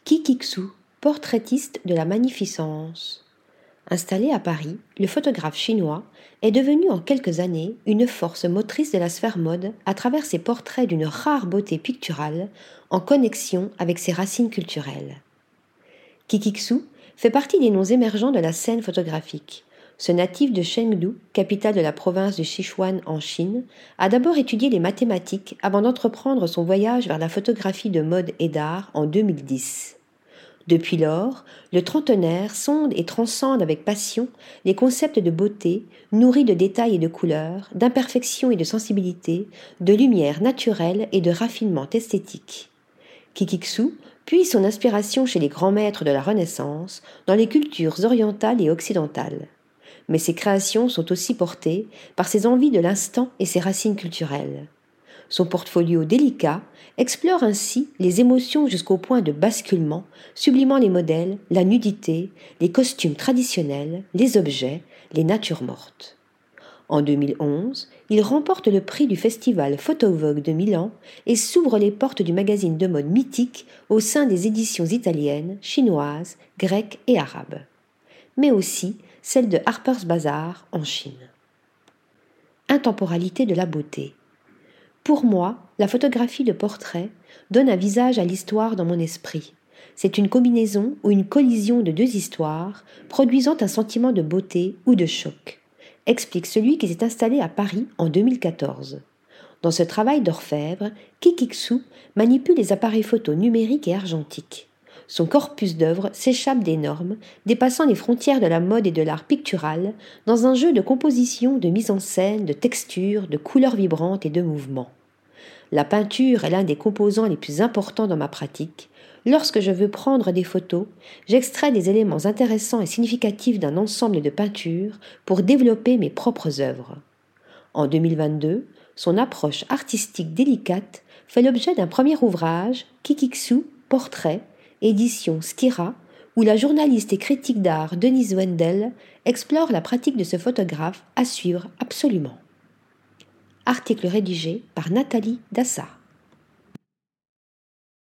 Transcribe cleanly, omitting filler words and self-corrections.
Kikixu, portraitiste de la magnificence. Installé à Paris, le photographe chinois est devenu en quelques années une force motrice de la sphère mode à travers ses portraits d'une rare beauté picturale en connexion avec ses racines culturelles. Kikixu fait partie des noms émergents de la scène photographique. Ce natif de Chengdu, capitale de la province de Sichuan en Chine, a d'abord étudié les mathématiques avant d'entreprendre son voyage vers la photographie de mode et d'art en 2010. Depuis lors, le trentenaire sonde et transcende avec passion les concepts de beauté, nourris de détails et de couleurs, d'imperfection et de sensibilité, de lumière naturelle et de raffinement esthétique. Kikixu puise son inspiration chez les grands maîtres de la Renaissance, dans les cultures orientales et occidentales. Mais ses créations sont aussi portées par ses envies de l'instant et ses racines culturelles. Son portfolio délicat explore ainsi les émotions jusqu'au point de basculement, sublimant les modèles, la nudité, les costumes traditionnels, les objets, les natures mortes. En 2011, il remporte le prix du festival Photo Vogue de Milan et s'ouvre les portes du magazine de mode mythique au sein des éditions italiennes, chinoises, grecques et arabes, mais aussi celles de Harper's Bazaar en Chine. Intemporalité de la beauté. Pour moi, la photographie de portrait donne un visage à l'histoire dans mon esprit. C'est une combinaison ou une collision de deux histoires, produisant un sentiment de beauté ou de choc, explique celui qui s'est installé à Paris en 2014. Dans ce travail d'orfèvre, Kikixu manipule les appareils photo numériques et argentiques. Son corpus d'œuvres s'échappe des normes, dépassant les frontières de la mode et de l'art pictural, dans un jeu de composition, de mise en scène, de texture, de couleurs vibrantes et de mouvements. La peinture est l'un des composants les plus importants dans ma pratique. Lorsque je veux prendre des photos, j'extrais des éléments intéressants et significatifs d'un ensemble de peintures pour développer mes propres œuvres. En 2022, son approche artistique délicate fait l'objet d'un premier ouvrage, Kikixu, Portrait, édition Skira, où la journaliste et critique d'art Denise Wendel explore la pratique de ce photographe à suivre absolument. Article rédigé par Nathalie Dassa.